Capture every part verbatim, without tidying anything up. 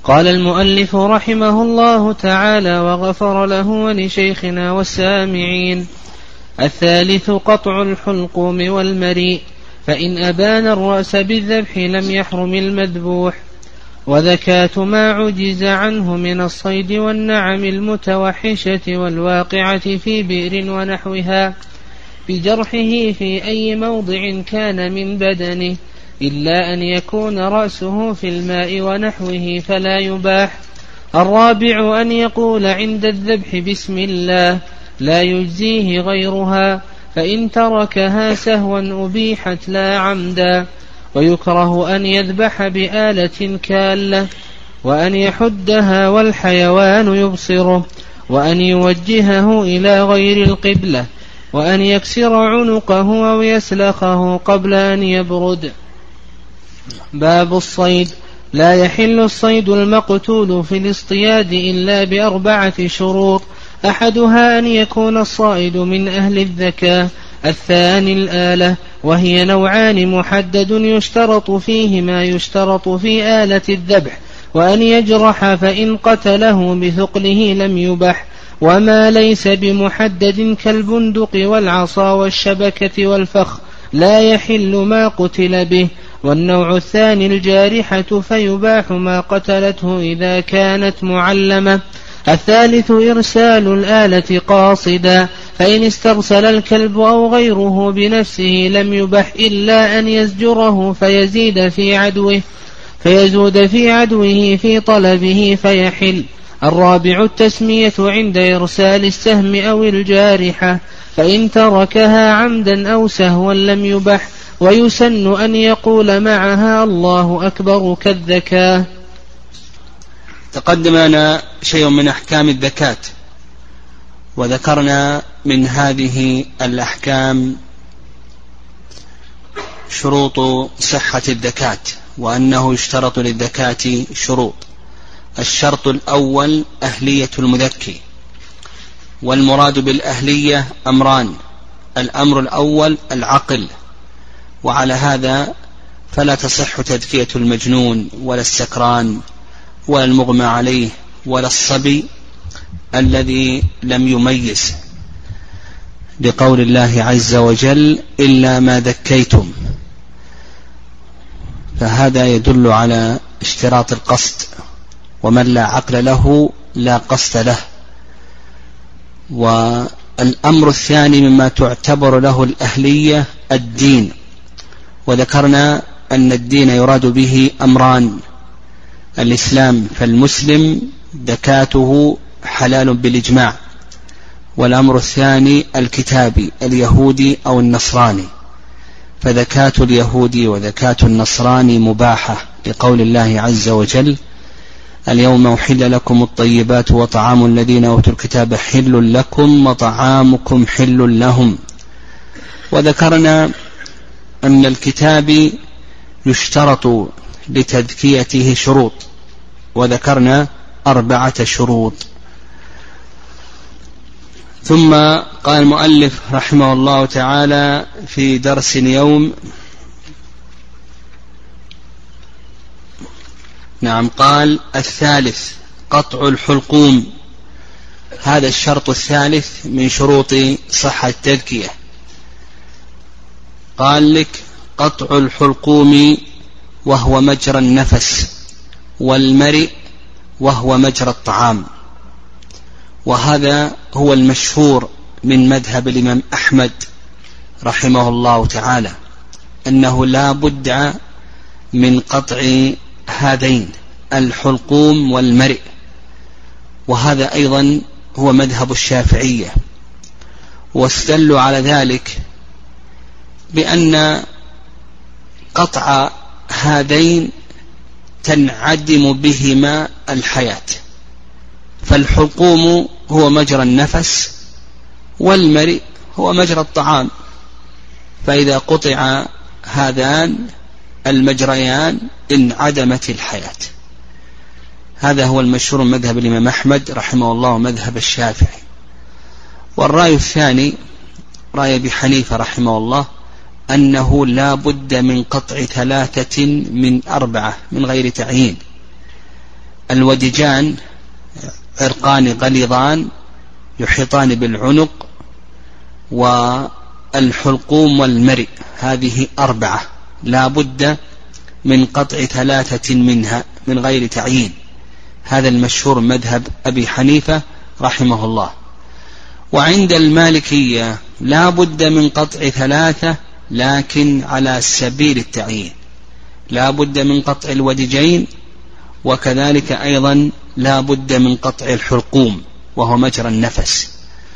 قال المؤلف رحمه الله تعالى وغفر له ولشيخنا والسامعين: الثالث قطع الحلقوم والمريء، فإن أبان الرأس بالذبح لم يحرم المذبوح. وذكاة ما عجز عنه من الصيد والنعم المتوحشة والواقعة في بئر ونحوها بجرحه في أي موضع كان من بدنه، إلا أن يكون رأسه في الماء ونحوه فلا يباح. الرابع أن يقول عند الذبح بسم الله، لا يجزيه غيرها، فإن تركها سهوا أبيحت لا عمدا. ويكره أن يذبح بآلة كالة، وأن يحدها والحيوان يبصره، وأن يوجهه إلى غير القبلة، وأن يكسر عنقه أو يسلخه قبل أن يبرد. باب الصيد. لا يحل الصيد المقتول في الاصطياد إلا بأربعة شروط: أحدها أن يكون الصائد من أهل الذكاء. الثاني الآلة، وهي نوعان محدد يشترط فيه ما يشترط في آلة الذبح، وأن يجرح، فإن قتله بثقله لم يبح. وما ليس بمحدد كالبندق والعصا والشبكة والفخ لا يحل ما قتل به. والنوع الثاني الجارحة، فيباح ما قتلته إذا كانت معلمة. الثالث إرسال الآلة قاصدا، فإن استرسل الكلب أو غيره بنفسه لم يبح إلا أن يزجره فيزيد في عدوه فيزود في عدوه في طلبه فيحل. الرابع التسمية عند إرسال السهم أو الجارحة، فإن تركها عمدا أو سهوا لم يبح. ويسن أن يقول معها الله أكبر كالذكاة. تقدم لنا شيء من أحكام الذكاة، وذكرنا من هذه الأحكام شروط صحة الذكاة، وأنه يشترط للذكاة شروط. الشرط الأول أهلية المذكي، والمراد بالأهلية أمران: الأمر الأول العقل، وعلى هذا فلا تصح تذكية المجنون ولا السكران ولا المغمى عليه ولا الصبي الذي لم يميز، لقول الله عز وجل: إلا ما ذكيتم. فهذا يدل على اشتراط القصد، ومن لا عقل له لا قصد له. والأمر الثاني مما تعتبر له الأهلية الدين، وذكرنا أن الدين يراد به أمران: الإسلام، فالمسلم ذكاته حلال بالإجماع. والأمر الثاني الكتابي، اليهودي أو النصراني، فذكاة اليهودي وذكاة النصراني مباحة، لقول الله عز وجل: اليوم أحل لكم الطيبات وطعام الذين أوتوا الكتاب حل لكم وطعامكم حل لهم. وذكرنا أن الكتاب يشترط لتذكيته شروط، وذكرنا أربعة شروط. ثم قال المؤلف رحمه الله تعالى في درس اليوم، نعم، قال: الثالث قطع الحلقوم. هذا الشرط الثالث من شروط صحة التذكية. قال لك: قطع الحلقوم وهو مجرى النفس، والمرء وهو مجرى الطعام. وهذا هو المشهور من مذهب الإمام أحمد رحمه الله تعالى، أنه لا بد من قطع هذين الحلقوم والمرء. وهذا أيضا هو مذهب الشافعية، واستدلوا على ذلك بأن قطع هذين تنعدم بهما الحياة، فالحلقوم هو مجرى النفس، والمرء هو مجرى الطعام، فإذا قطع هذان المجريان انعدمت الحياة. هذا هو المشهور من مذهب الإمام أحمد رحمه الله ومذهب الشافعي. والرأي الثاني رأي أبي حنيفة رحمه الله، أنه لا بد من قطع ثلاثة من أربعة من غير تعيين. الودجان عرقان غليظان يحيطان بالعنق، والحلقوم والمرء، هذه أربعة لا بد من قطع ثلاثة منها من غير تعيين. هذا المشهور مذهب أبي حنيفة رحمه الله. وعند المالكية لا بد من قطع ثلاثة لكن على سبيل التعيين، لا بد من قطع الودجين، وكذلك أيضا لا بد من قطع الحلقوم وهو مجرى النفس.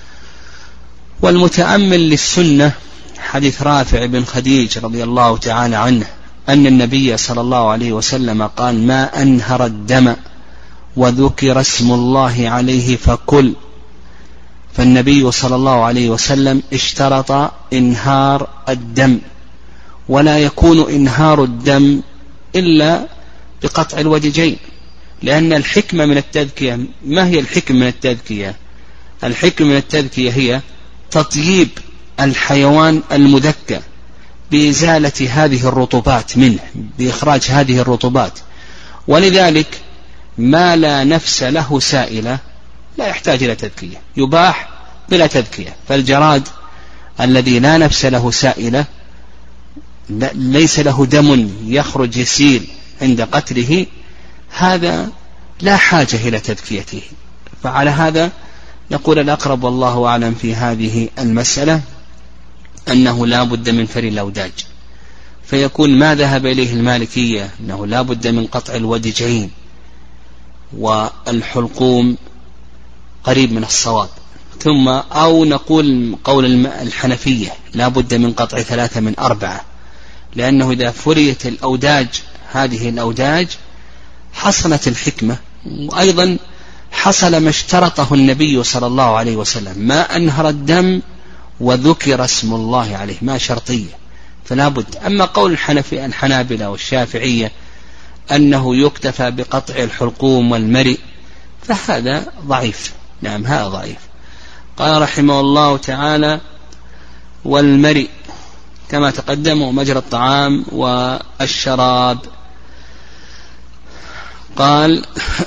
والمتأمل للسنة حديث رافع بن خديج رضي الله تعالى عنه أن النبي صلى الله عليه وسلم قال: ما أنهر الدم وذكر اسم الله عليه فكل. فالنبي صلى الله عليه وسلم اشترط إنهار الدم، ولا يكون إنهار الدم إلا بقطع الودجين، لأن الحكمة من التذكية، ما هي الحكمة من التذكية؟ الحكمة من التذكية هي تطييب الحيوان المذكى بإزالة هذه الرطوبات منه، بإخراج هذه الرطوبات. ولذلك ما لا نفس له سائلة لا يحتاج إلى تذكية، يباح بلا تذكية. فالجراد الذي لا نفس له سائلة ليس له دم يخرج يسيل عند قتله، هذا لا حاجة إلى تذكيته. فعلى هذا نقول الأقرب والله أعلم في هذه المسألة أنه لا بد من فري الأوداج. فيكون ما ذهب إليه المالكية أنه لا بد من قطع الودجين والحلقوم قريب من الصواب. ثم أو نقول قول الحنفية لا بد من قطع ثلاثة من أربعة، لأنه إذا فريت الأوداج هذه الأوداج حصلت الحكمة، وأيضا حصل ما اشترطه النبي صلى الله عليه وسلم: ما أنهر الدم وذكر اسم الله عليه، ما شرطية، فلا بد. أما قول الحنفي الحنابلة والشافعية أنه يكتفى بقطع الحلقوم والمرء فهذا ضعيف. نعم هذا ضعيف. قال رحمه الله تعالى: والمرء كما تقدم مجرى الطعام والشراب. قال: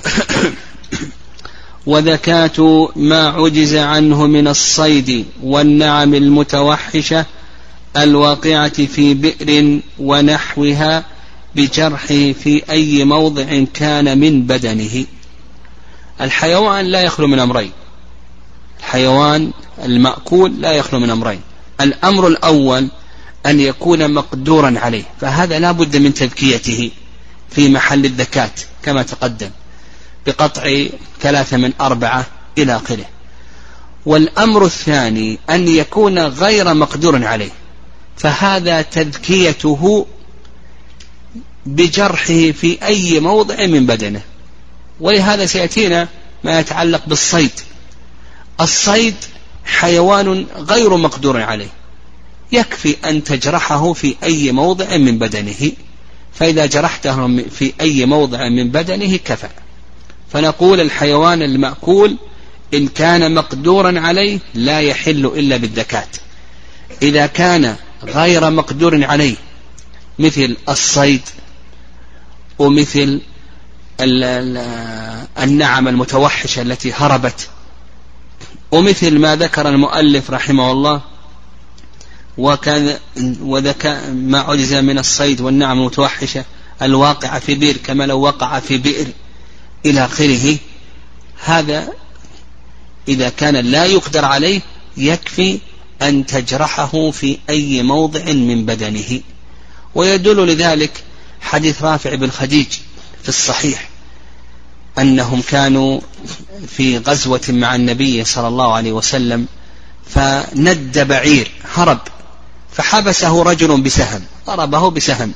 وذكاة ما عجز عنه من الصيد والنعم المتوحشة الواقعة في بئر ونحوها بجرحه في أي موضع كان من بدنه. الحيوان لا يخلو من أمرين، الحيوان المأكول لا يخلو من أمرين. الأمر الأول أن يكون مقدورا عليه، فهذا لا بد من تذكيته في محل الذكاة كما تقدم بقطع ثلاثة من أربعة إلى آخره. والأمر الثاني أن يكون غير مقدور عليه، فهذا تذكيته بجرحه في أي موضع من بدنه. ولهذا سيأتينا ما يتعلق بالصيد. الصيد حيوان غير مقدور عليه، يكفي أن تجرحه في أي موضع من بدنه، فإذا جرحته في أي موضع من بدنه كفى. فنقول الحيوان المأكول إن كان مقدورا عليه لا يحل إلا بالذكاة. إذا كان غير مقدور عليه مثل الصيد ومثل النعم المتوحشة التي هربت، ومثل ما ذكر المؤلف رحمه الله وكان وذكى ما عجز من الصيد والنعم المتوحشة الواقع في بئر، كما لو وقع في بئر إلى آخره، هذا إذا كان لا يقدر عليه يكفي أن تجرحه في أي موضع من بدنه. ويدل لذلك حديث رافع بن خديج في الصحيح أنهم كانوا في غزوة مع النبي صلى الله عليه وسلم، فند بعير هرب، فحبسه رجل بسهم، ضربه بسهم،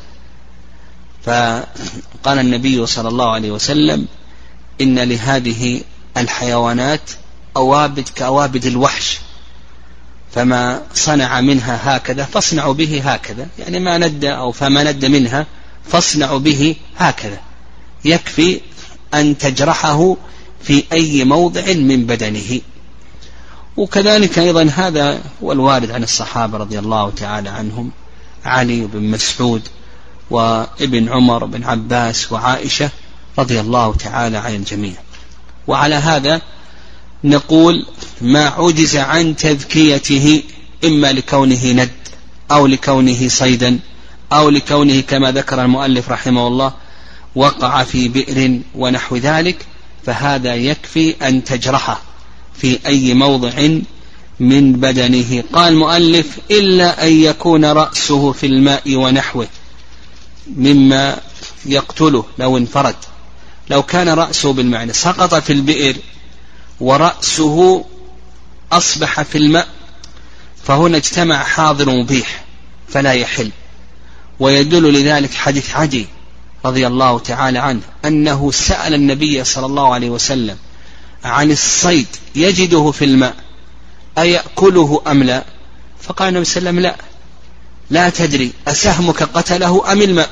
فقال النبي صلى الله عليه وسلم: إن لهذه الحيوانات أوابد كأوابد الوحش، فما صنع منها هكذا فاصنعوا به هكذا، يعني ما ند أو فما ند منها فاصنعوا به هكذا، يكفي أن تجرحه في أي موضع من بدنه. وكذلك أيضا هذا هو الوارد عن الصحابة رضي الله تعالى عنهم، علي بن مسعود وابن عمر بن عباس وعائشة رضي الله تعالى عن الجميع. وعلى هذا نقول ما عجز عن تذكيته إما لكونه ند أو لكونه صيدا أو لكونه كما ذكر المؤلف رحمه الله وقع في بئر ونحو ذلك، فهذا يكفي أن تجرحه في أي موضع من بدنه. قال المؤلف إلا أن يكون رأسه في الماء ونحوه مما يقتله لو انفرد. لو كان رأسه بالمعنى سقط في البئر ورأسه أصبح في الماء فهنا اجتمع حاضر مبيح فلا يحل. ويدل لذلك حديث عدي رضي الله تعالى عنه أنه سأل النبي صلى الله عليه وسلم عن الصيد يجده في الماء أيأكله أم لا؟ فقال النبي صلى الله عليه وسلم لا لا تدري أسهمك قتله أم الماء.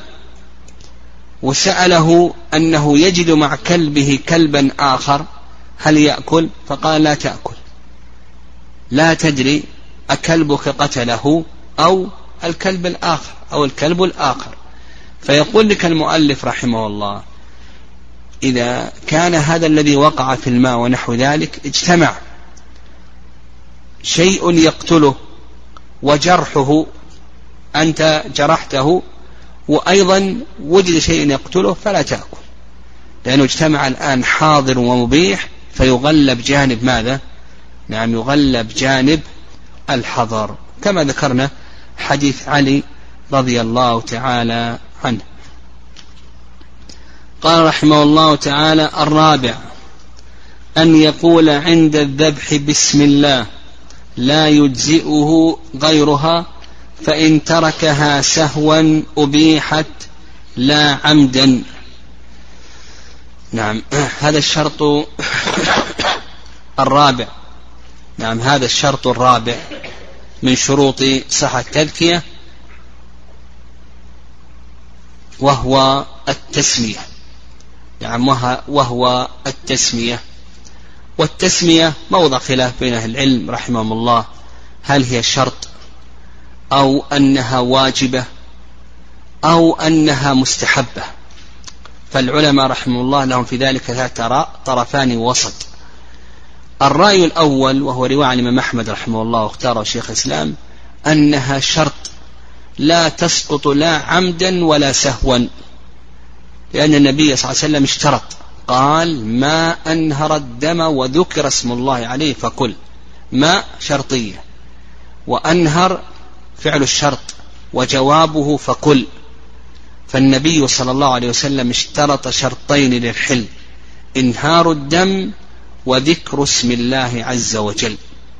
وسأله أنه يجد مع كلبه كلبا آخر هل يأكل؟ فقال لا تأكل، لا تدري أكلبك قتله أو الكلب الآخر أو الكلب الآخر. فيقول لك المؤلف رحمه الله إذا كان هذا الذي وقع في الماء ونحو ذلك اجتمع شيء يقتله وجرحه أنت جرحته وأيضا وجد شيء يقتله فلا تأكل، لأنه اجتمع الآن حاضر ومبيح فيغلب جانب ماذا؟ نعم يغلب جانب الحظر كما ذكرنا حديث علي رضي الله تعالى عنه. قال رحمه الله تعالى الرابع أن يقول عند الذبح بسم الله لا يجزئه غيرها فإن تركها سهوا أبيحت لا عمدا. نعم هذا الشرط الرابع، نعم هذا الشرط الرابع من شروط صحة التذكية وهو التسمية. نعم وهو التسمية. والتسمية موضع خلاف بين أهل العلم رحمهم الله هل هي شرط أو أنها واجبة أو أنها مستحبة. فالعلماء رحمه الله لهم في ذلك ثلاث طرفان وسط. الرأي الأول وهو رواية عن الإمام أحمد رحمه الله واختاره شيخ الإسلام أنها شرط لا تسقط لا عمدا ولا سهوا، لأن النبي صلى الله عليه وسلم اشترط قال ما أنهر الدم وذكر اسم الله عليه فكل. ما شرطية وأنهر فعل الشرط وجوابه فكل. فالنبي صلى الله عليه وسلم اشترط شرطين للحل انهار الدم وذكر اسم الله عز وجل.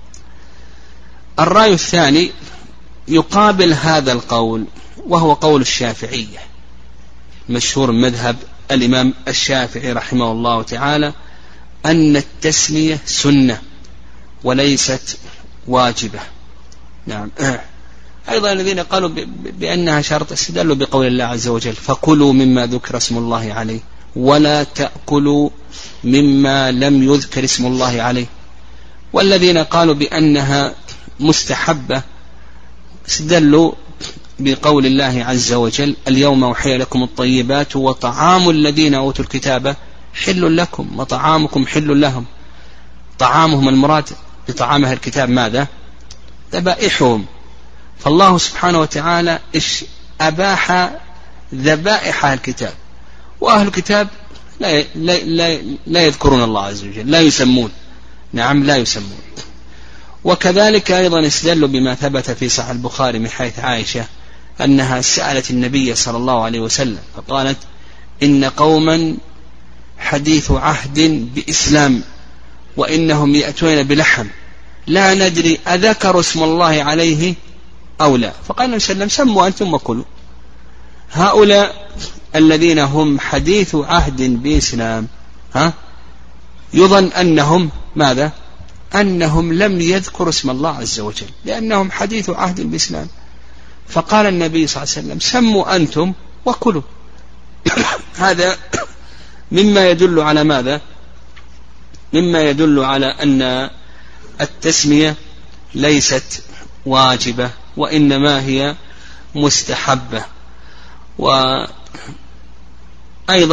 الرأي الثاني يقابل هذا القول وهو قول الشافعية مشهور مذهب الإمام الشافعي رحمه الله تعالى أن التسمية سنة وليست واجبة. نعم أيضا الذين قالوا بأنها شرط استدلوا بقول الله عز وجل فكلوا مما ذكر اسم الله عليه ولا تأكلوا مما لم يذكر اسم الله عليه. والذين قالوا بأنها مستحبة استدلوا بقول الله عز وجل اليوم أحل لكم الطيبات وطعام الذين أوتوا الكتاب حل لكم وطعامكم حل لهم. طعامهم المراد بطعام أهل الكتاب ماذا؟ ذبائحهم. فالله سبحانه وتعالى أباح ذبائح أهل الكتاب وأهل الكتاب لا, لا, لا, لا يذكرون الله عز وجل لا يسمون. نعم لا يسمون. وكذلك أيضا استدلوا بما ثبت في صحيح البخاري من حيث عائشة أنها سألت النبي صلى الله عليه وسلم فقالت إن قوما حديث عهد بإسلام وإنهم يأتون بلحم لا ندري أذكر اسم الله عليه أو لا. فقال النبي صلى الله عليه وسلم سموا أنتم وكلوا. هؤلاء الذين هم حديث عهد بإسلام ها يظن أنهم ماذا؟ أنهم لم يذكروا اسم الله عز وجل لأنهم حديث عهد بإسلام. فقال النبي صلى الله عليه وسلم سموا أنتم وكلوا. هذا مما يدل على ماذا؟ مما يدل على أن التسمية ليست واجبة وإنما هي مستحبة. وأيضا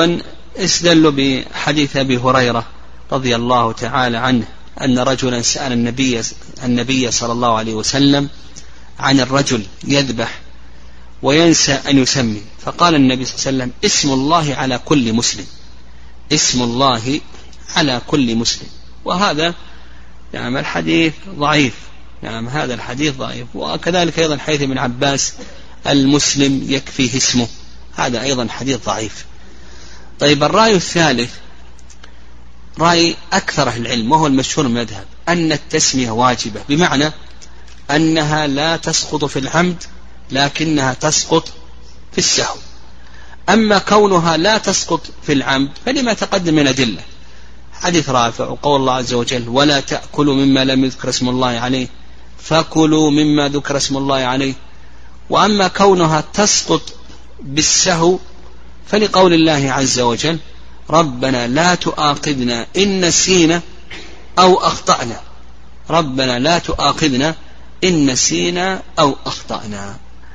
استدلوا بحديث أبي هريرة رضي الله تعالى عنه أن رجلا سأل النبي, النبي صلى الله عليه وسلم عن الرجل يذبح وينسى أن يسمي، فقال النبي صلى الله عليه وسلم اسم الله على كل مسلم، اسم الله على كل مسلم. وهذا نعم الحديث ضعيف، نعم هذا الحديث ضعيف. وكذلك أيضا حديث ابن عباس المسلم يكفيه اسمه، هذا أيضا حديث ضعيف. طيب الرأي الثالث رأي أكثر أهل العلم وهو المشهور من المذهب أن التسمية واجبة، بمعنى أنها لا تسقط في العمد لكنها تسقط في السهو. أما كونها لا تسقط في العمد فلما تقدم من أدلة، حديث رافع وقول الله عز وجل ولا تأكلوا مما لم يذكر اسم الله عليه فكلوا مما ذكر اسم الله عليه. وأما كونها تسقط بالسهو فلقول الله عز وجل ربنا لا تؤاخذنا إن نسينا أو أخطأنا، ربنا لا تؤاخذنا إن نسينا أو أخطأنا.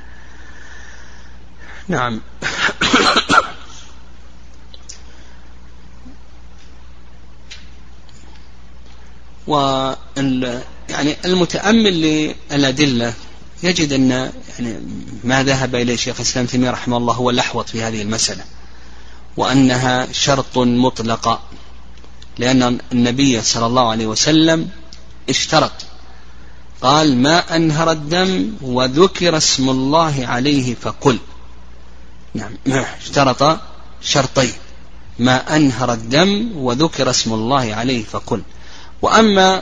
نعم. وال يعني المتأمل للأدلة يجد أن يعني ما ذهب إليه شيخ الإسلام تيمية رحمه الله هو الأحوط في هذه المسألة، وأنها شرط مطلقة، لأن النبي صلى الله عليه وسلم اشترط، قال ما أنهر الدم وذكر اسم الله عليه فكل. نعم اشترط شرطين، ما أنهر الدم وذكر اسم الله عليه فكل. وأما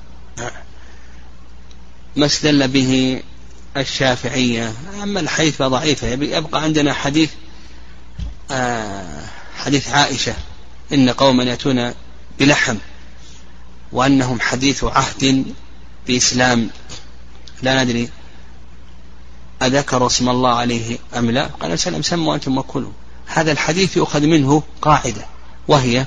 ما استدل به الشافعية أما الحديث فضعيفة، يبقى عندنا حديث آه حديث عائشة إن قوما يأتون بلحم وأنهم حديث عهد بإسلام لا ندري أذكروا اسم الله عليه أم لا، قال سلام سموا أنتم وكلوا. هذا الحديث يؤخذ منه قاعدة، وهي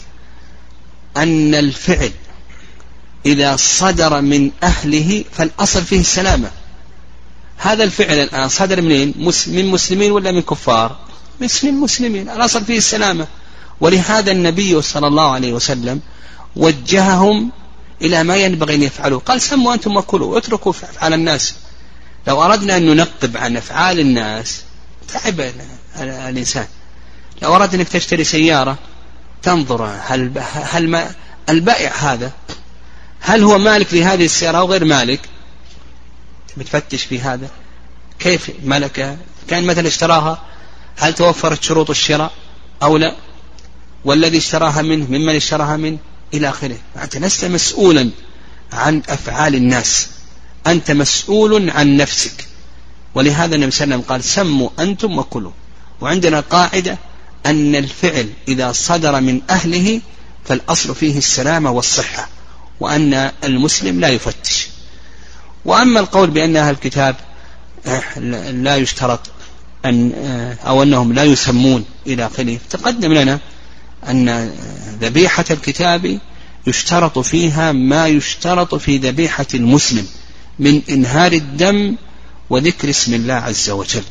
أن الفعل إذا صدر من أهله فالأصل فيه السلامة. هذا الفعل الآن صدر منين؟ من مسلمين ولا من كفار؟ من مسلمين، الأصل فيه السلامة. ولهذا النبي صلى الله عليه وسلم وجههم إلى ما ينبغي أن يفعلوا، قال سموا أنتم وكلوا واتركوا أفعال الناس. لو أردنا أن ننقب عن أفعال الناس تعب الإنسان. لو أردنا أنك تشتري سيارة تنظر هل, هل ما البائع هذا هل هو مالك لهذه السيارة أو غير مالك، بتفتش في هذا كيف ملكها، كان مثلا اشتراها هل توفرت شروط الشراء أو لا، والذي اشتراها منه ممن اشتراها منه إلى آخره. أنت لست مسؤولا عن أفعال الناس، أنت مسؤول عن نفسك. ولهذا النبي صلى الله عليه وسلم قال سموا أنتم وكلوا. وعندنا قاعدة أن الفعل إذا صدر من أهله فالأصل فيه السلامة والصحة، وأن المسلم لا يفتش. وأما القول بأن أهل الكتاب لا يشترط أن أو أنهم لا يسمون إلى آخره، تقدم لنا أن ذبيحة الكتاب يشترط فيها ما يشترط في ذبيحة المسلم من إنهار الدم وذكر اسم الله عز وجل.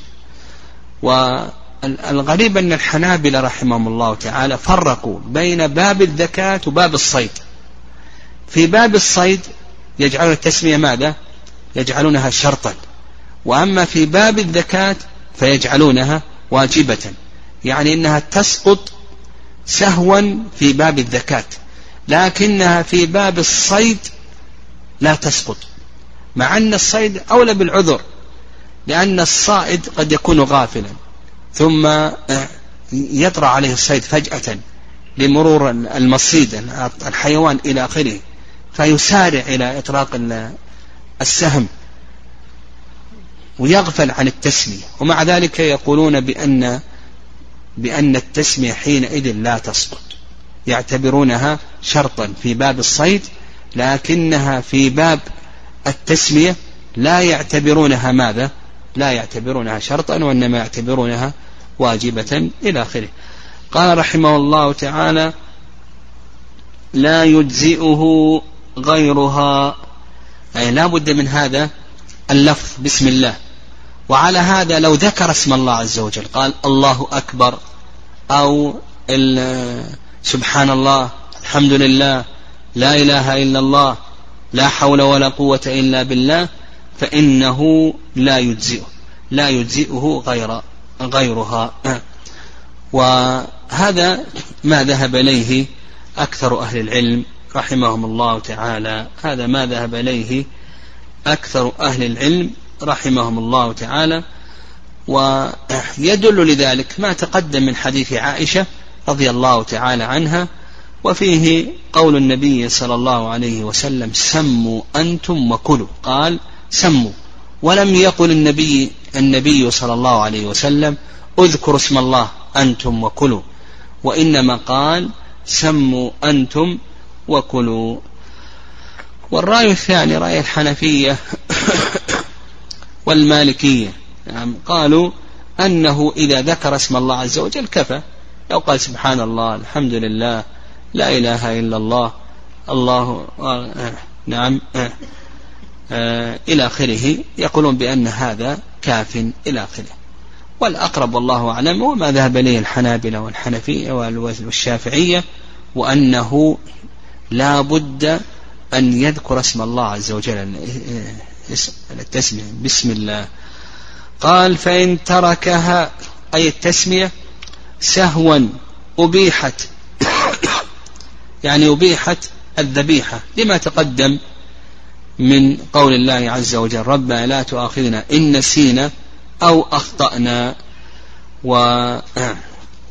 والغريب أن الحنابلة رحمهم الله تعالى فرقوا بين باب الزكاة وباب الصيد. في باب الصيد يجعلون التسمية ماذا؟ يجعلونها شرطا، وأما في باب الزكاة فيجعلونها واجبة، يعني إنها تسقط سهوا في باب الزكاة، لكنها في باب الصيد لا تسقط، مع أن الصيد أولى بالعذر، لأن الصائد قد يكون غافلا ثم يطرأ عليه الصيد فجأة لمرور المصيد الحيوان إلى آخره، فيسارع إلى إطلاق السهم ويغفل عن التسمية. ومع ذلك يقولون بأن بأن التسمية حينئذ لا تسقط، يعتبرونها شرطا في باب الصيد، لكنها في باب التسمية لا يعتبرونها ماذا؟ لا يعتبرونها شرطا، وإنما يعتبرونها واجبة إلى آخره. قال رحمه الله تعالى لا يجزئه غيرها، أي لا بد من هذا اللفظ بسم الله. وعلى هذا لو ذكر اسم الله عز وجل قال الله أكبر أو سبحان الله، الحمد لله، لا إله إلا الله، لا حول ولا قوة إلا بالله، فإنه لا يجزئه لا يجزئه غير غيرها. وهذا ما ذهب إليه أكثر أهل العلم رحمهم الله تعالى، هذا ما ذهب إليه أكثر أهل العلم رحمهم الله تعالى. ويدل لذلك ما تقدم من حديث عائشة رضي الله تعالى عنها، وفيه قول النبي صلى الله عليه وسلم: سموا أنتم وكلوا. قال سموا، ولم يقل النبي النبي صلى الله عليه وسلم: اذكروا اسم الله أنتم وكلوا، وإنما قال: سموا أنتم وكلوا. والرأي الثاني رأي الحنفية والمالكية، يعني قالوا أنه إذا ذكر اسم الله عز وجل كفى، لو قال سبحان الله، الحمد لله، لا إله إلا الله، الله آه نعم آه آه إلى آخره، يقولون بأن هذا كاف إلى آخره. والأقرب والله أعلم وما ذهب إليه الحنابلة والحنفية والشافعية، وأنه لا بد أن يذكر اسم الله عز وجل التسمية بسم الله. قال: فإن تركها أي التسمية سهوا أبيحت يعني أبيحت الذبيحة، لما تقدم من قول الله عز وجل: ربنا لا تؤاخذنا إن نسينا أو أخطأنا. وأيضا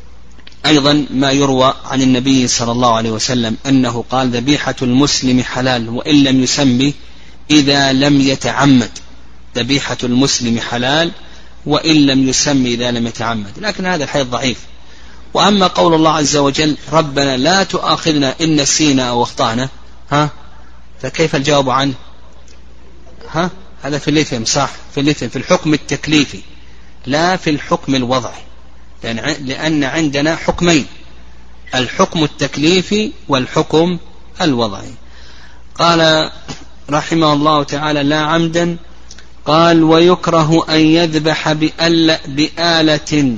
ما يروى عن النبي صلى الله عليه وسلم أنه قال: ذبيحة المسلم حلال وإن لم يسمي إذا لم يتعمد. ذبيحة المسلم حلال وإن لم يسمي إذا لم يتعمد، لكن هذا الحديث ضعيف. وأما قول الله عز وجل: ربنا لا تؤاخذنا إن نسينا أو أخطأنا، ها فكيف الجواب عنه؟ ها هذا في الليثم، صح، في الليثم في الحكم التكليفي لا في الحكم الوضعي، لأن عندنا حكمين: الحكم التكليفي والحكم الوضعي. قال رحمه الله تعالى: لا عمدا. قال: ويكره أن يذبح بآلة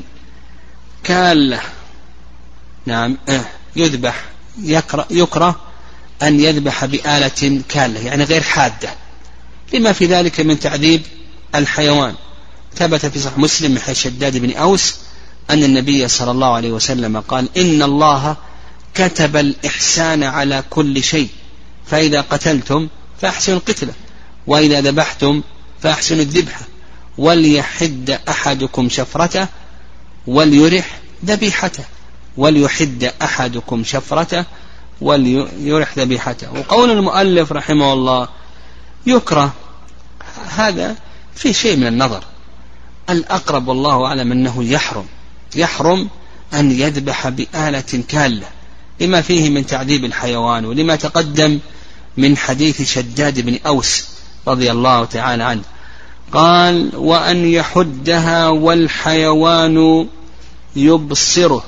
كالة. نعم يذبح يكره أن يذبح بآلة كالة، يعني غير حادة، لما في ذلك من تعذيب الحيوان. ثبت في صحيح مسلم من حديث شداد بن أوس أن النبي صلى الله عليه وسلم قال: إن الله كتب الإحسان على كل شيء، فإذا قتلتم فأحسنوا القتلة، وإذا ذبحتم فأحسنوا الذبحة، وليحد أحدكم شفرته وليرح ذبيحته وليحد أحدكم شفرته وليرح ذبيحته. وقول المؤلف رحمه الله يكره، هذا في شيء من النظر. الأقرب والله أعلم أنه يحرم يحرم أن يذبح بآلة كالة، لما فيه من تعذيب الحيوان، ولما تقدم من حديث شداد بن أوس رضي الله تعالى عنه. قال: وأن يحدها والحيوان يبصره،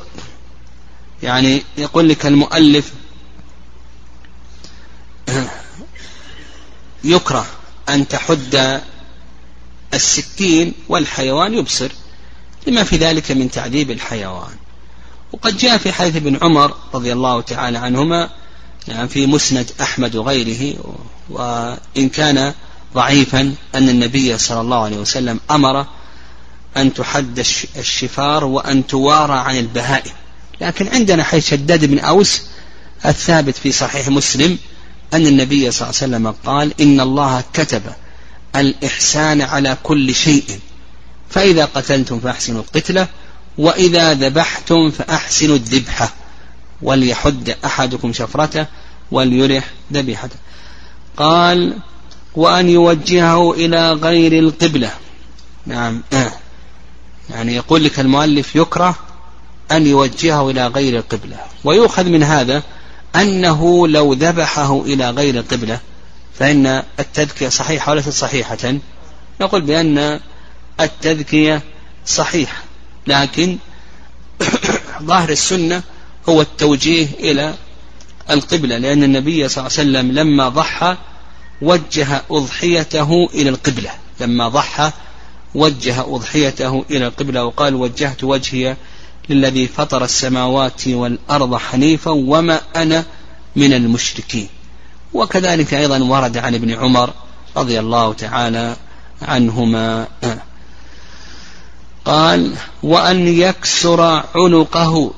يعني يقول لك المؤلف يكره أن تحد السكين والحيوان يبصر، لما في ذلك من تعذيب الحيوان. وقد جاء في حديث ابن عمر رضي الله تعالى عنهما، يعني في مسند أحمد وغيره، وإن كان ضعيفا، أن النبي صلى الله عليه وسلم أمر أن تحد الشفار وأن توارى عن البهائم. لكن عندنا حديث شداد بن أوس الثابت في صحيح مسلم أن النبي صلى الله عليه وسلم قال: إن الله كتب الإحسان على كل شيء، فإذا قتلتم فأحسنوا القتلة، وإذا ذبحتم فأحسنوا الذبحة، وليحد أحدكم شفرته وليرح ذبيحته. قال: وأن يوجهه إلى غير القبلة. نعم يعني يقول لك المؤلف يكره أن يوجهه إلى غير القبلة. ويؤخذ من هذا أنه لو ذبحه إلى غير القبلة فإن التذكية صحيحة وليست صحيحة. نقول بأن التذكية صحيحة، لكن ظاهر السنة هو التوجيه إلى القبلة، لأن النبي صلى الله عليه وسلم لما ضحى وجه أضحيته إلى القبلة لما ضحى وجه أضحيته إلى القبلة وقال: وجهت وجهي للذي فطر السماوات والأرض حنيفا وما أنا من المشركين. وكذلك أيضا ورد عن ابن عمر رضي الله تعالى عنهما قال: وأن يكسر عنقه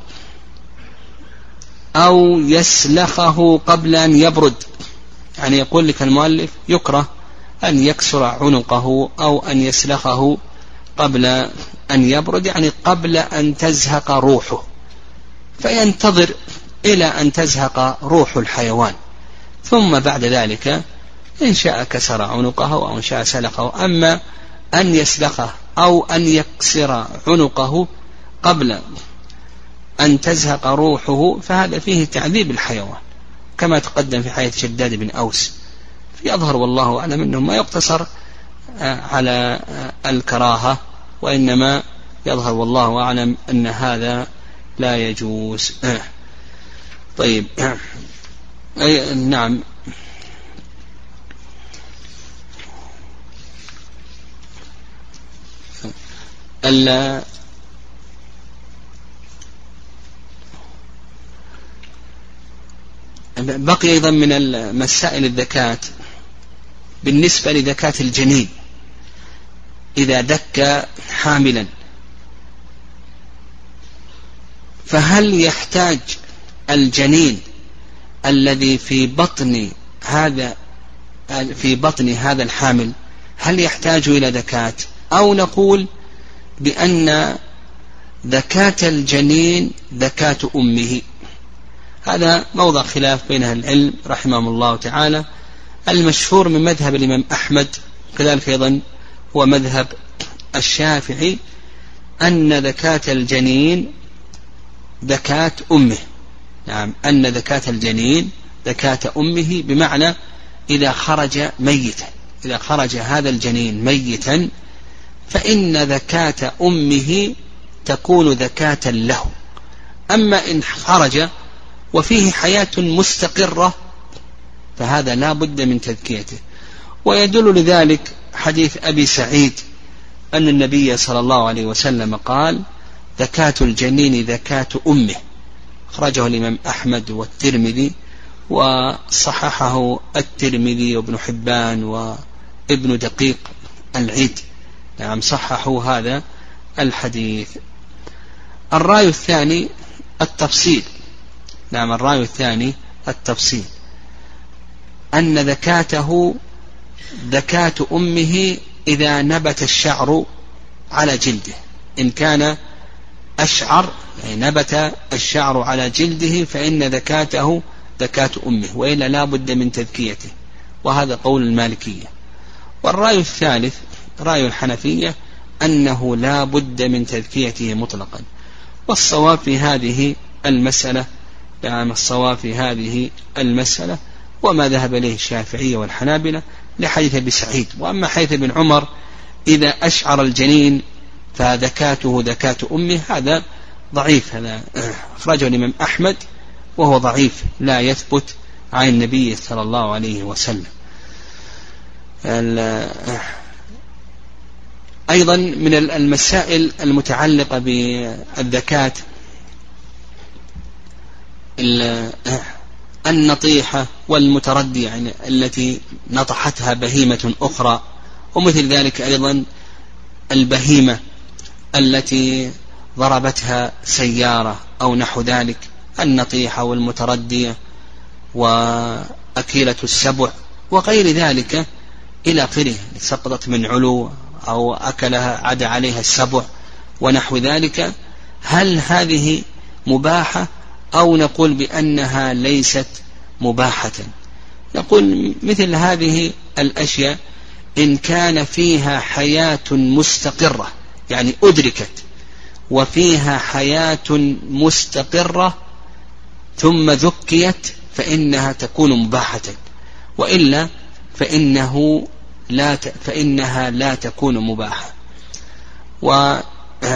أو يسلخه قبل أن يبرد. يعني يقول لك المؤلف يكره أن يكسر عنقه أو أن يسلخه قبل أن يبرد، يعني قبل أن تزهق روحه، فينتظر إلى أن تزهق روح الحيوان، ثم بعد ذلك إن شاء كسر عنقه أو إن شاء سلخه. أما أن يسلخه أو أن يكسر عنقه قبل أن تزهق روحه فهذا فيه تعذيب الحيوان، كما تقدم في حديث شداد بن أوس. يظهر والله أعلم أنه ما يقتصر على الكراهة، وإنما يظهر والله أعلم أن هذا لا يجوز. طيب، أي نعم. بقي أيضا من مسائل الزكاة بالنسبة لزكاة الجنين إذا دك حاملا، فهل يحتاج الجنين الذي في بطن هذا في بطن هذا الحامل هل يحتاج إلى زكاة، أو نقول بأن زكاة الجنين زكاة أمه؟ هذا موضع خلاف بين أهل العلم رحمهم الله تعالى. المشهور من مذهب الإمام أحمد كذلك أيضا هو مذهب الشافعي أن زكاة الجنين زكاة أمه. نعم، أن زكاة الجنين زكاة أمه، بمعنى إذا خرج ميتا، إذا خرج هذا الجنين ميتا فإن زكاة أمه تكون زكاة له. أما إن خرج وفيه حياة مستقرة فهذا لا بد من تزكيته. ويدل لذلك حديث أبي سعيد أن النبي صلى الله عليه وسلم قال: زكاة الجنين زكاة أمه، أخرجه الإمام أحمد والترمذي وصححه الترمذي وابن حبان وابن دقيق العيد. نعم، صححوا هذا الحديث. الرأي الثاني التفصيل. نعم، الرأي الثاني التفصيل أن زكاته زكاة أمه إذا نبت الشعر على جلده. إن كان أشعر، يعني نبت الشعر على جلده، فإن زكاته زكاة أمه، وإلا لا بد من تزكيته، وهذا قول المالكية. والرأي الثالث رأي الحنفية أنه لا بد من تزكيته مطلقا. والصواب في هذه المسألة، نعم الصواب في هذه المسألة وما ذهب إليه الشافعية والحنابلة لحديث أبي سعيد. وأما حديث ابن عمر إذا أشعر الجنين فزكاته زكاة أمه، هذا ضعيف، هذا أخرجه الإمام أحمد وهو ضعيف لا يثبت عن النبي صلى الله عليه وسلم. أيضا من المسائل المتعلقة بالزكاة النطيحة والمتردي، يعني التي نطحتها بهيمة أخرى، ومثل ذلك أيضا البهيمة التي ضربتها سيارة أو نحو ذلك، النطيحة والمتردية وأكيلة السبع وغير ذلك إلى آخره، سقطت من علو أو أكلها عدا عليها السبع ونحو ذلك. هل هذه مباحة أو نقول بأنها ليست مباحة؟ نقول مثل هذه الأشياء إن كان فيها حياة مستقرة، يعني أدركت وفيها حياة مستقرة ثم ذكيت فإنها تكون مباحة، وإلا فإنه لا ت... فإنها لا تكون مباحة. وما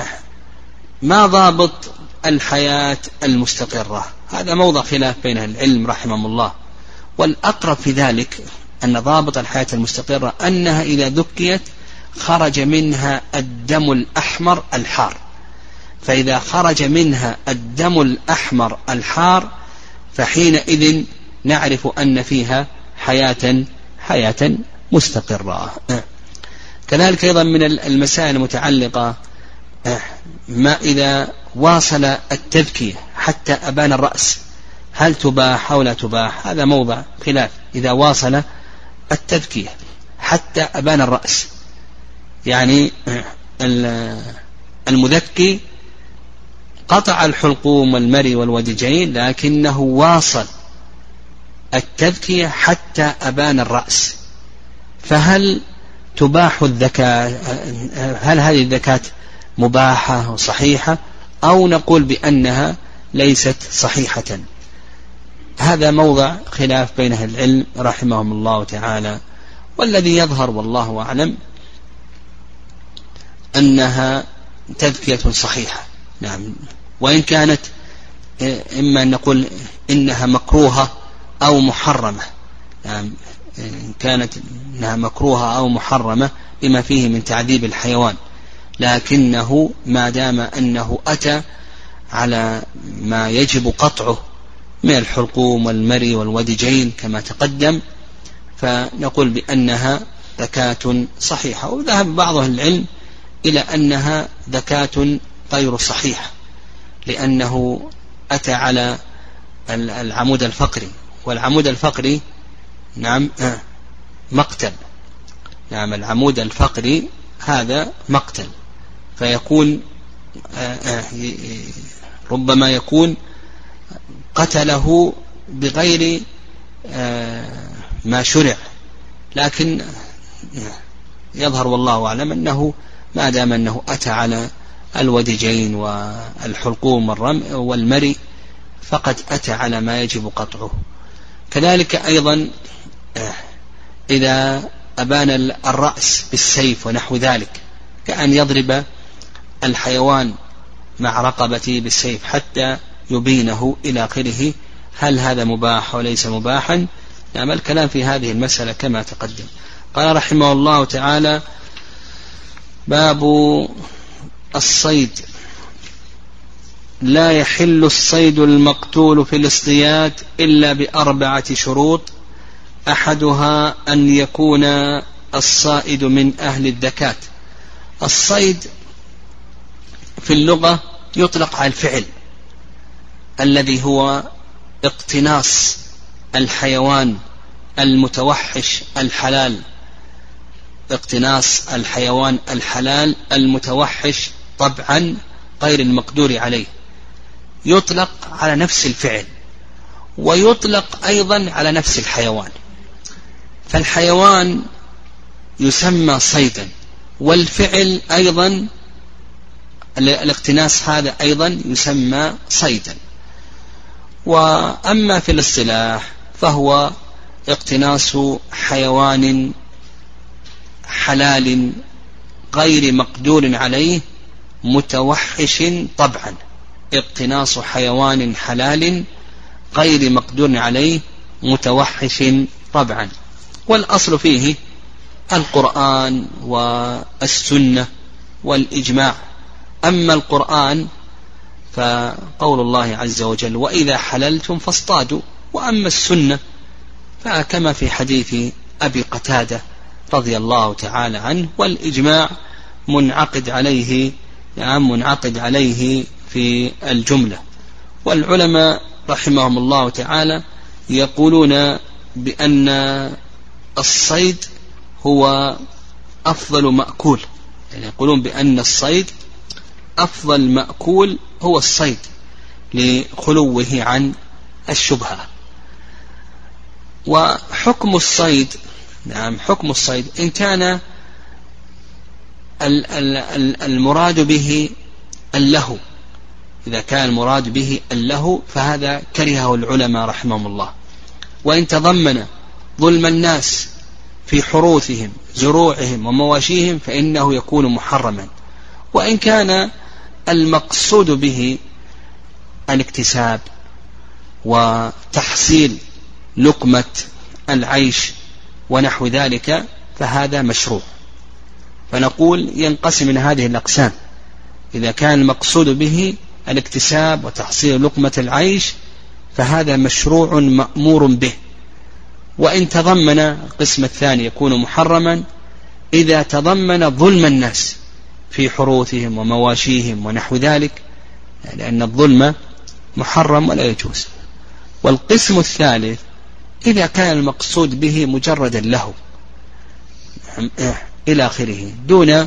ضابط الحياة المستقرة؟ هذا موضع خلاف بين العلم رحمه الله، والأقرب في ذلك أن ضابط الحياة المستقرة أنها إذا ذكيت خرج منها الدم الأحمر الحار، فإذا خرج منها الدم الأحمر الحار فحينئذ نعرف أن فيها حياة حياة مستقرة. كذلك أيضا من المسائل المتعلقة ما إذا واصل التذكية حتى أبان الرأس هل تباح أو لا تباح؟ هذا موضع خلاف. إذا واصل التذكية حتى أبان الرأس، يعني المذكي قطع الحلقوم والمري والودجين لكنه واصل التذكية حتى أبان الرأس، فهل تباح الذكاة؟ هل هذه الذكاة مباحة وصحيحة أو نقول بأنها ليست صحيحة؟ هذا موضع خلاف بين أهل العلم رحمهم الله تعالى، والذي يظهر والله أعلم أنها تذكية صحيحة. نعم، وإن كانت إما أن نقول إنها مكروهة أو محرمة، نعم، إن كانت إنها مكروهة أو محرمة بما فيه من تعذيب الحيوان، لكنه ما دام أنه أتى على ما يجب قطعه من الحلقوم والمري والودجين كما تقدم فنقول بأنها ذكاة صحيحة. وذهب بعض أهل العلم إلى أنها ذكاة غير صحيحة لأنه أتى على العمود الفقري، والعمود الفقري نعم مقتل، نعم العمود الفقري هذا مقتل، فيكون ربما يكون قتله بغير ما شرع، لكن يظهر والله أعلم أنه ما دام أنه أتى على الودجين والحلقوم والمري فقد أتى على ما يجب قطعه. كذلك أيضا إذا أبان الرأس بالسيف ونحو ذلك كأن يضرب الحيوان مع رقبته بالسيف حتى يبينه إلى آخره، هل هذا مباح وليس مباحا؟ نعم، الكلام في هذه المسألة كما تقدم. قال رحمه الله تعالى: باب الصيد. لا يحل الصيد المقتول في الاصطياد إلا بأربعة شروط، أحدها أن يكون الصائد من أهل الذكاة. الصيد في اللغة يطلق على الفعل الذي هو اقتناص الحيوان المتوحش الحلال، اقتناص الحيوان الحلال المتوحش طبعا غير المقدور عليه، يطلق على نفس الفعل ويطلق أيضا على نفس الحيوان. فالحيوان يسمى صيدا، والفعل أيضا الاقتناص هذا أيضا يسمى صيدا. وأما في الاصطلاح فهو اقتناص حيوان حلال غير مقدور عليه متوحش طبعا، اقتناص حيوان حلال غير مقدور عليه متوحش طبعا. والأصل فيه القرآن والسنة والإجماع. أما القرآن فقول الله عز وجل: وإذا حللتم فاصطادوا. وأما السنة فكما في حديث أبي قتادة رضي الله تعالى عنه، والإجماع منعقد عليه نعم منعقد عليه في الجملة. والعلماء رحمهم الله تعالى يقولون بأن الصيد هو أفضل مأكول، يعني يقولون بأن الصيد أفضل مأكول هو الصيد لخلوه عن الشبهة. وحكم الصيد نعم حكم الصيد إن كان المراد به اللهو، إذا كان المراد به اللهو فهذا كرهه العلماء رحمهم الله. وإن تضمن ظلم الناس في حروثهم زروعهم ومواشيهم فإنه يكون محرما. وإن كان المقصود به الاكتساب وتحصيل لقمة العيش ونحو ذلك فهذا مشروع. فنقول ينقسم من هذه الأقسام: إذا كان المقصود به الاكتساب وتحصيل لقمة العيش فهذا مشروع مأمور به. وإن تضمن القسم الثاني يكون محرما إذا تضمن ظلم الناس في حروثهم ومواشيهم ونحو ذلك، لأن الظلم محرم ولا يجوز. والقسم الثالث إذا كان المقصود به مجرد اللهو إلى آخره دون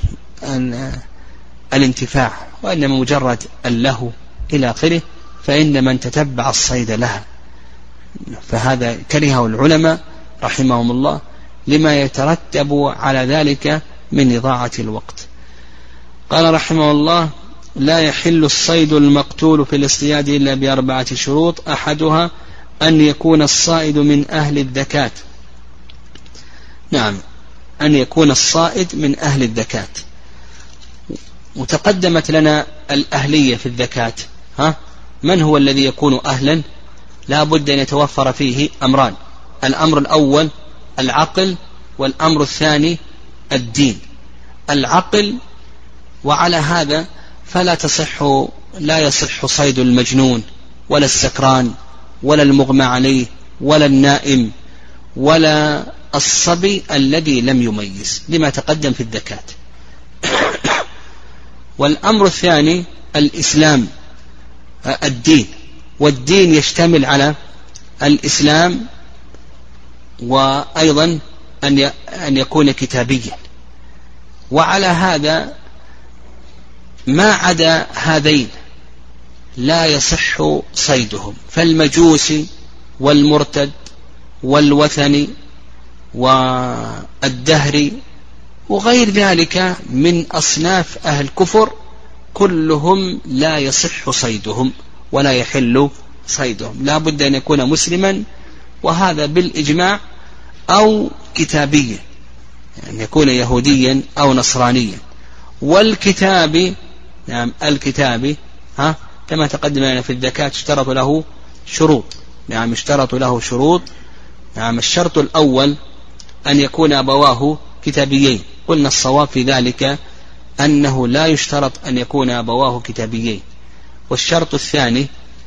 الانتفاع، وإنما مجرد اللهو إلى آخره، فإن من تتبع الصيد لها فهذا كرهه العلماء رحمهم الله لما يترتب على ذلك من إضاعة الوقت. قال رحمه الله: لا يحل الصيد المقتول في الاصطياد إلا بأربعة شروط، أحدها أن يكون الصائد من أهل الذكاة. نعم، أن يكون الصائد من أهل الذكاة. وتقدمت لنا الأهلية في الذكاة. ها؟ من هو الذي يكون أهلا؟ لا بد أن يتوفر فيه أمران: الأمر الأول العقل، والأمر الثاني الدين. العقل، وعلى هذا فلا تصح لا يصح صيد المجنون ولا السكران ولا المغمى عليه ولا النائم ولا الصبي الذي لم يميز لما تقدم في الذكاة. والأمر الثاني الإسلام، الدين، والدين يشتمل على الإسلام وأيضا أن يكون كتابيا. وعلى هذا ما عدا هذين لا يصح صيدهم، فالمجوسي والمرتد والوثني والدهري وغير ذلك من أصناف أهل الكفر كلهم لا يصح صيدهم ولا يحل صيدهم، لا بد أن يكون مسلما، وهذا بالإجماع، أو كتابيا أن يكون يهوديا أو نصرانيا. والكتابي، نعم الكتابي ها كما تقدم لنا في الذكاة اشترط له شروط. نعم اشترط له شروط. نعم الشرط الأول أن يكون أبواه كتابيين. قلنا الصواب في ذلك أنه لا يشترط أن يكون أبواه كتابيين. والشرط الثاني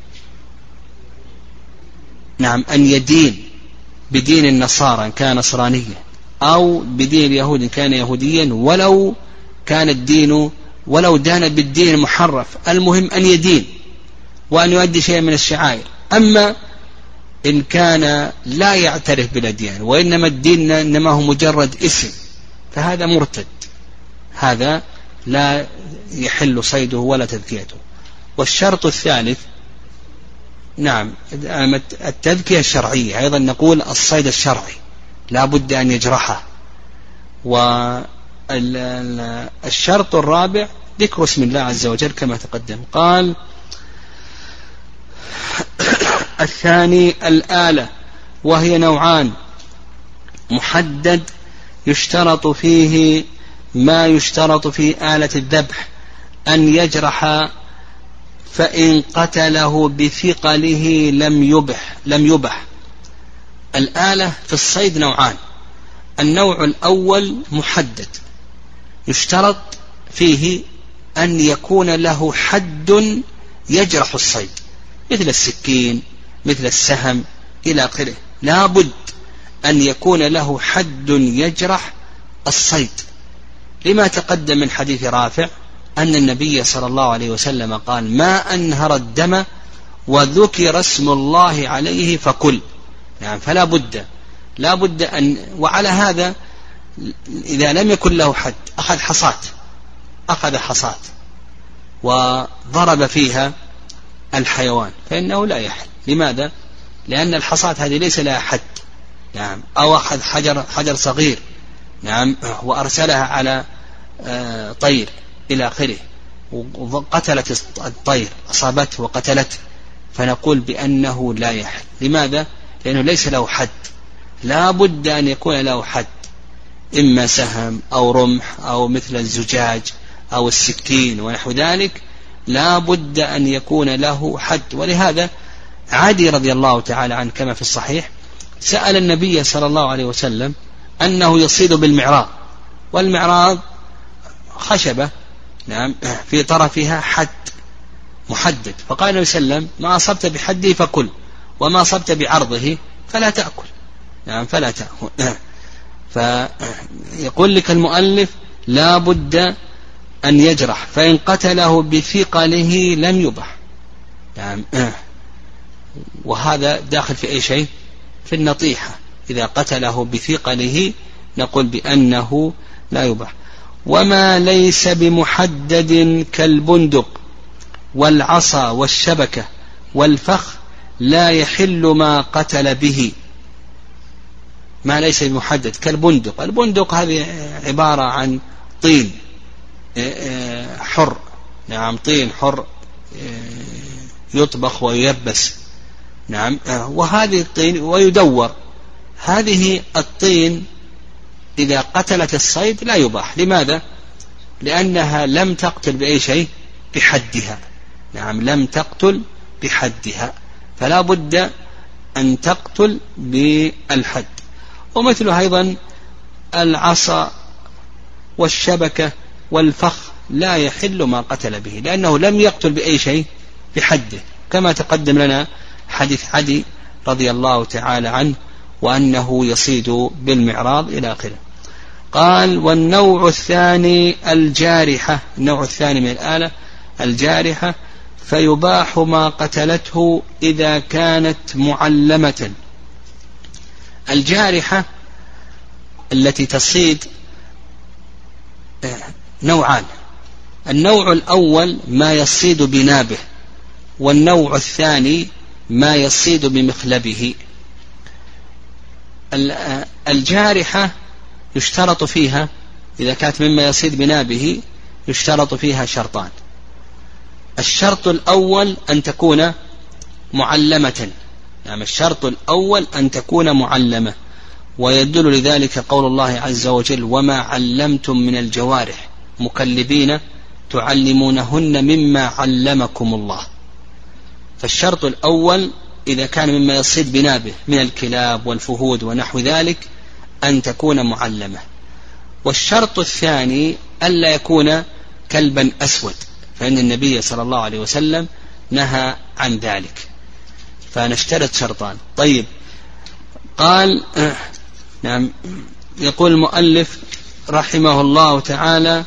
نعم أن يدين بدين النصارى إن كان نصرانيا، أو بدين اليهود إن كان يهوديا، ولو كان الدين ولو دان بالدين المحرف، المهم أن يدين وأن يؤدي شيئا من الشعائر. أما إن كان لا يعترف بالأديان وإنما الدين إنما هو مجرد اسم فهذا مرتد، هذا لا يحل صيده ولا تذكيته. والشرط الثالث نعم التذكية الشرعية، أيضا نقول الصيد الشرعي لا بد أن يجرحه. والشرط الرابع ذكر اسم الله عز وجل كما تقدم. قال: الثاني الآلة، وهي نوعان: محدد يشترط فيه ما يشترط في آلة الذبح، أن يجرح، فإن قتله بثقله لم يبح لم يبح. الآلة في الصيد نوعان: النوع الأول محدد يشترط فيه أن يكون له حد يجرح الصيد، مثل السكين مثل السهم إلى آخره، لا بد أن يكون له حد يجرح الصيد، لما تقدم من حديث رافع أن النبي صلى الله عليه وسلم قال: ما أنهر الدم وذكر اسم الله عليه فكل. يعني فلا بد لا بد أن، وعلى هذا إذا لم يكن له حد أخذ حصاة أخذ حصاة وضرب فيها الحيوان فإنه لا يحل. لماذا؟ لأن الحصاة هذه ليس لها حد. نعم. أو أخذ حجر حجر صغير نعم وأرسلها على طير إلى آخره وقتلت الطير، أصابته وقتلته، فنقول بأنه لا يحل. لماذا؟ لأنه ليس له حد، لا بد أن يكون له حد، إما سهم أو رمح أو مثل الزجاج أو السكين ونحو ذلك، لا بد أن يكون له حد. ولهذا عدي رضي الله تعالى عنه كما في الصحيح سأل النبي صلى الله عليه وسلم أنه يصيد بالمعراض، والمعراض خشبة نعم في طرفها حد محدد، فقال النبي صلى الله عليه وسلم ما أصبت بحده فكل وما أصبت بعرضه فلا تأكل. نعم فلا تأكل. فيقول لك المؤلف لا بد أن يجرح، فإن قتله بثقله لم يبح. نعم وهذا داخل في أي شيء؟ في النطيحة، إذا قتله بثقله نقول بأنه لا يبح. وما ليس بمحدد كالبندق والعصا والشبكة والفخ لا يحل ما قتل به. ما ليس بمحدد كالبندق، البندق هذه عبارة عن طين حر، نعم طين حر يطبخ وييبس، نعم وهذه الطين ويدور. هذه الطين إذا قتلت الصيد لا يباح. لماذا؟ لأنها لم تقتل بأي شيء بحدها. نعم لم تقتل بحدها، فلا بد أن تقتل بالحد. ومثل أيضا العصا والشبكة والفخ لا يحل ما قتل به، لأنه لم يقتل بأي شيء بحده، كما تقدم لنا حديث عدي رضي الله تعالى عنه وأنه يصيد بالمعراض إلى آخره. قال والنوع الثاني الجارحة، النوع الثاني من الآلة الجارحة، فيباح ما قتلته إذا كانت معلمة. الجارحة التي تصيد نوعان، النوع الأول ما يصيد بنابه، والنوع الثاني ما يصيد بمخلبه. الجارحة يشترط فيها إذا كانت مما يصيد بنابه يشترط فيها شرطان. الشرط الأول أن تكون معلمة، يعني الشرط الأول أن تكون معلمة، ويدل لذلك قول الله عز وجل وما علمتم من الجوارح مكلبين تعلمونهن مما علمكم الله. فالشرط الأول إذا كان مما يصيد بنابه من الكلاب والفهود ونحو ذلك أن تكون معلمة. والشرط الثاني ألا يكون كلبا أسود، فإن النبي صلى الله عليه وسلم نهى عن ذلك، فنشترط شرطان. طيب قال نعم يقول المؤلف رحمه الله تعالى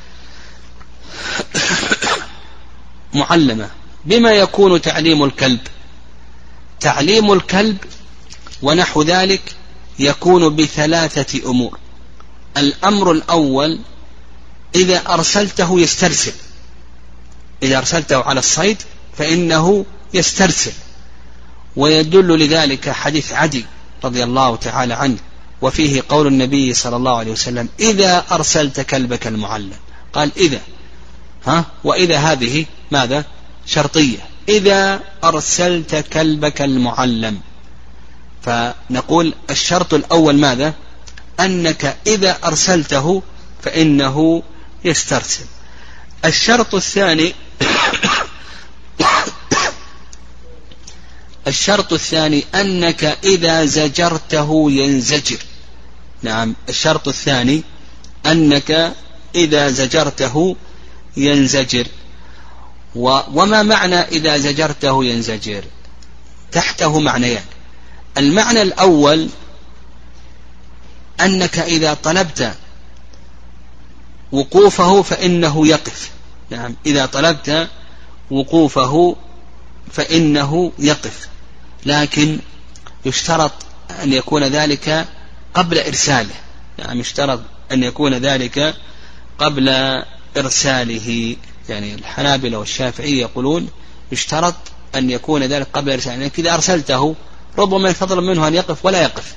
معلمة. بما يكون تعليم الكلب؟ تعليم الكلب ونحو ذلك يكون بثلاثة أمور. الأمر الأول إذا أرسلته يسترسل، إذا أرسلته على الصيد فإنه يسترسل، ويدل لذلك حديث عدي رضي الله تعالى عنه وفيه قول النبي صلى الله عليه وسلم إذا أرسلت كلبك المعلم، قال إذا ها وإذا هذه ماذا؟ شرطية، إذا أرسلت كلبك المعلم. فنقول الشرط الأول ماذا؟ أنك إذا أرسلته فإنه يسترسل. الشرط الثاني الشرط الثاني أنك إذا زجرته ينزجر. نعم الشرط الثاني أنك إذا زجرته ينزجر. وما معنى إذا زجرته ينزجر؟ تحته معنيان. المعنى الأول أنك إذا طلبت وقوفه فإنه يقف. نعم إذا طلبت وقوفه فإنه يقف، لكن يشترط أن يكون ذلك قبل إرساله. نعم يشترط أن يكون ذلك قبل إرساله. يعني الحنابلة والشافعية يقولون يشترط أن يكون ذلك قبل إرساله، يعني إذا أرسلته ربما يفضل منه أن يقف ولا يقف.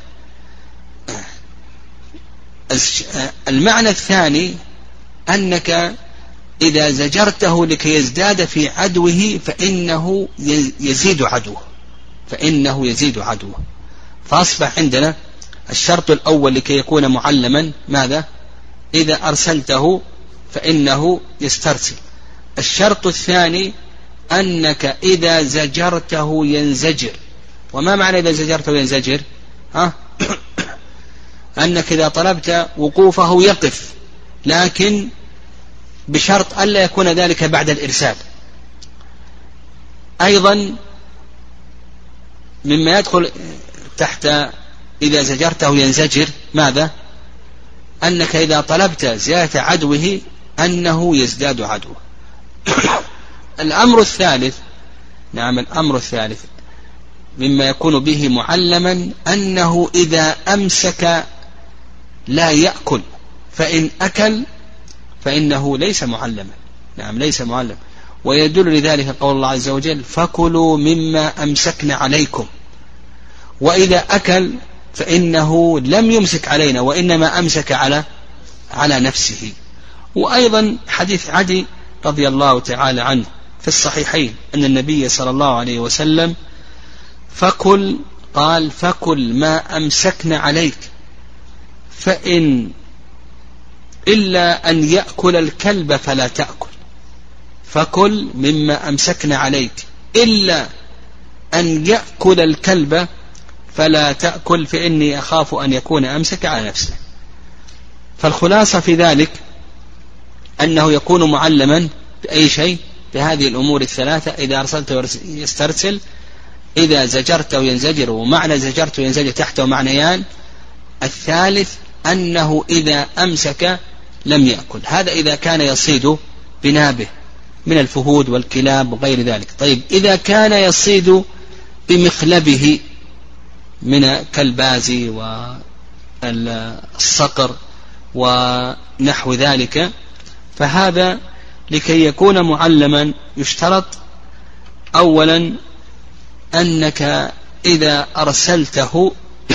المعنى الثاني أنك إذا زجرته لكي يزداد في عدوه فإنه يزيد عدوه، فإنه يزيد عدوه. فأصبح عندنا الشرط الأول لكي يكون معلما ماذا؟ إذا أرسلته فإنه يسترسل. الشرط الثاني أنك إذا زجرته ينزجر. وما معنى إذا زجرته ينزجر؟ ها؟ أنك إذا طلبت وقوفه يقف، لكن بشرط ألا يكون ذلك بعد الإرسال. أيضا مما يدخل تحت إذا زجرته ينزجر ماذا؟ أنك إذا طلبت زيادة عدوه أنه يزداد عدوه. الأمر الثالث، نعم الأمر الثالث مما يكون به معلما أنه إذا أمسك لا يأكل، فإن أكل فإنه ليس معلما، نعم ليس معلم. ويدل لذلك قول الله عز وجل فكلوا مما أمسكن عليكم، وإذا أكل فإنه لم يمسك علينا وإنما أمسك على على نفسه. وأيضا حديث عدي رضي الله تعالى عنه في الصحيحين أن النبي صلى الله عليه وسلم فكل قال فكل ما أمسكن عليك، فإن إلا أن يأكل الكلب فلا تأكل، فكل مما أمسكن عليك إلا أن يأكل الكلب فلا تأكل فإني أخاف أن يكون أمسك على نفسه. فالخلاصة في ذلك أنه يكون معلما بأي شيء بهذه الأمور الثلاثة: إذا أرسلته يسترسل، إذا زجرته ينزجر، ومعنى زجرته ينزجر تحته معنيان. الثالث أنه إذا أمسك لم يأكل، هذا إذا كان يصيد بنابه من الفهود والكلاب وغير ذلك. طيب إذا كان يصيد بمخلبه من كالبازي والصقر ونحو ذلك، فهذا لكي يكون معلما يشترط أولا أنك إذا أرسلته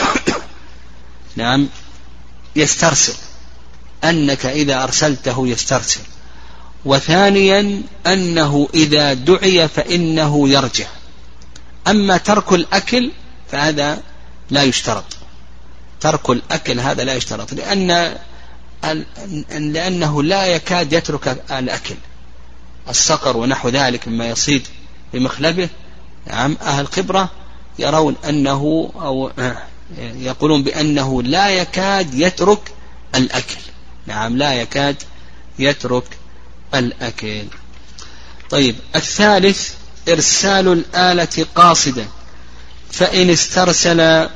نعم يسترسل، أنك إذا أرسلته يسترسل. وثانيا أنه إذا دعي فإنه يرجع. أما ترك الأكل فهذا لا يشترط، ترك الأكل هذا لا يشترط، لأن لأنه لا يكاد يترك الأكل. الصقر ونحو ذلك مما يصيد بمخلبه، نعم أهل خبرة يرون أنه أو يقولون بأنه لا يكاد يترك الأكل، نعم لا يكاد يترك الأكل. طيب الثالث إرسال الآلة قاصدا، فإن استرسل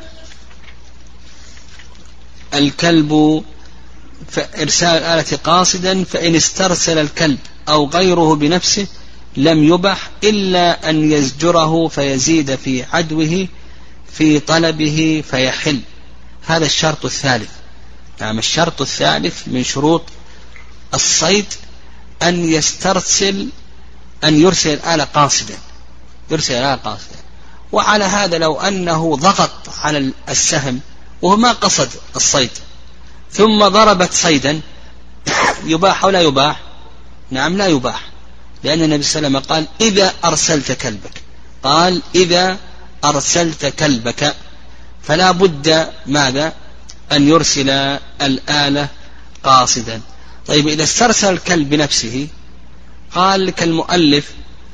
الكلب فإرسال الآلة قاصدا فإن استرسل الكلب أو غيره بنفسه لم يبح إلا أن يزجره فيزيد في عدوه في طلبه فيحل. هذا الشرط الثالث. نعم الشرط الثالث من شروط الصيد أن يسترسل أن يرسل الآلة قاصدا، يرسل الآلة قاصدا. وعلى هذا لو أنه ضغط على السهم وهو ما قصد الصيد ثم ضربت صيدا يباح ولا يباح؟ نعم لا يباح، لأن النبي صلى الله عليه وسلم قال إذا أرسلت كلبك، قال إذا أرسلت كلبك، فلا بد ماذا؟ أن يرسل الآلة قاصدا. طيب إذا استرسل الكلب بنفسه قال لك المؤلف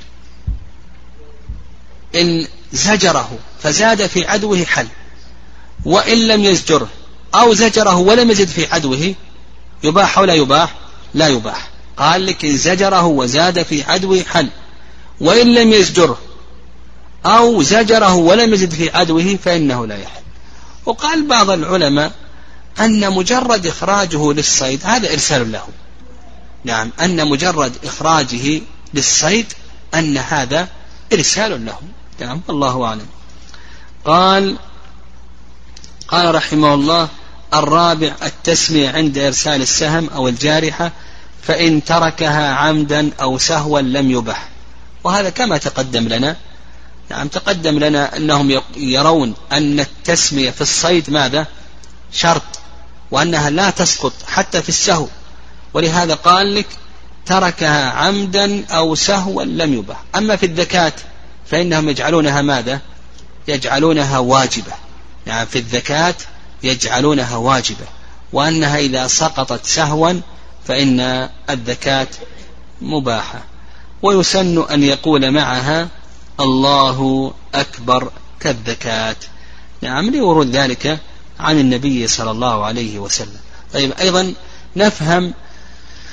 إن زجره فزاد في عدوه حل، وإن لم يزجره أو زجره ولم يزد في عدوه يباح ولا يباح؟ لا يباح. قال لك إن زجره وزاد في عدوه حل، وإن لم يزجره أو زجره ولم يزد في عدوه فإنه لا يحل. وقال بعض العلماء أن مجرد إخراجه للصيد هذا إرسال له، نعم أن مجرد إخراجه للصيد أن هذا إرسال له، نعم الله أعلم. قال قال رحمه الله: الرابع التسمية عند إرسال السهم أو الجارحة، فإن تركها عمدا أو سهوا لم يبح. وهذا كما تقدم لنا، نعم تقدم لنا أنهم يرون أن التسمية في الصيد ماذا؟ شرط، وأنها لا تسقط حتى في السهو، ولهذا قال لك تركها عمدا أو سهوا لم يبح. أما في الذكاة فإنهم يجعلونها ماذا؟ يجعلونها واجبة، نعم في الذكاة يجعلونها واجبة، وأنها إذا سقطت سهوا فإن الذكاة مباحة. ويسن أن يقول معها الله أكبر كالذكاة، نعم لورود ذلك عن النبي صلى الله عليه وسلم. طيب أيضا نفهم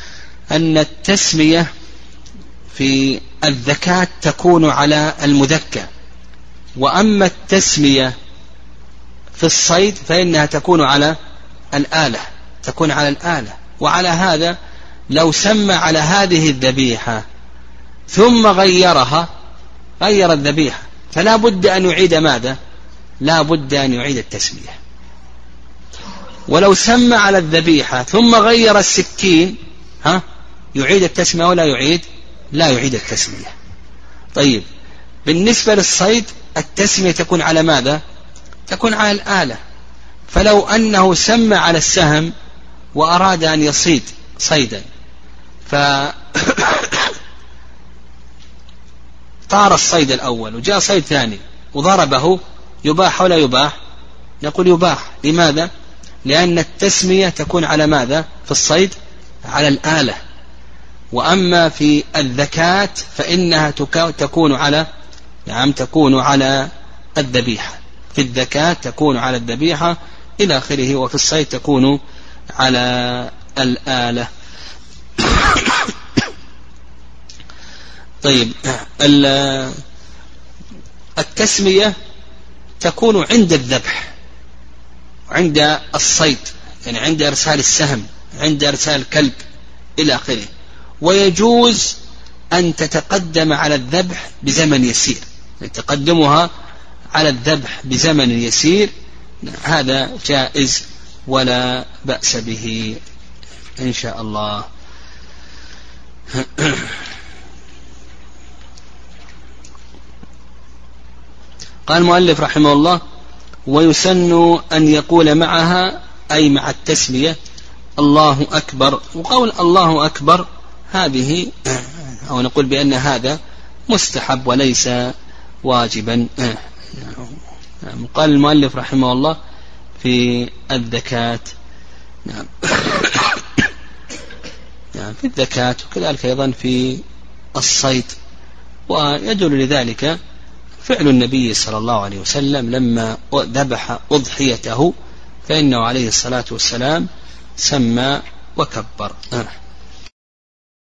أن التسمية في الذكاة تكون على المذكى، وأما التسمية في الصيد فإنها تكون على الآلة، تكون على الآلة. وعلى هذا لو سمى على هذه الذبيحة ثم غيرها، غير الذبيحة، فلا بد أن يعيد ماذا؟ لا بد أن يعيد التسمية. ولو سمى على الذبيحة ثم غير السكين، ها، يعيد التسمية ولا يعيد؟ لا يعيد التسمية. طيب، بالنسبة للصيد التسمية تكون على ماذا؟ تكون على الآلة. فلو أنه سمى على السهم وأراد أن يصيد صيدا، فطار الصيد الأول وجاء صيد ثاني وضربه، يباح ولا يباح؟ نقول يباح. لماذا؟ لأن التسمية تكون على ماذا في الصيد؟ على الآلة. وأما في الذكاة فإنها تكون على نعم تكون على الذبيحة. في الذكاة تكون على الذبيحة إلى آخره، وفي الصيد تكون على الآلة. طيب، التسمية تكون عند الذبح، عند الصيد، يعني عند إرسال السهم، عند إرسال الكلب إلى آخره. ويجوز أن تتقدم على الذبح بزمن يسير، تقدمها على الذبح بزمن يسير، هذا جائز ولا بأس به إن شاء الله. قال المؤلف رحمه الله: ويسن أن يقول معها، أي مع التسمية، الله أكبر. وقول الله أكبر هذه، أو نقول بأن هذا مستحب وليس واجبا. قال المؤلف رحمه الله في الذكاة، نعم في الذكاة، وكذلك أيضا في الصيد. ويدل لذلك فعل النبي صلى الله عليه وسلم لما ذبح أضحيته، فإنه عليه الصلاة والسلام سمى وكبر.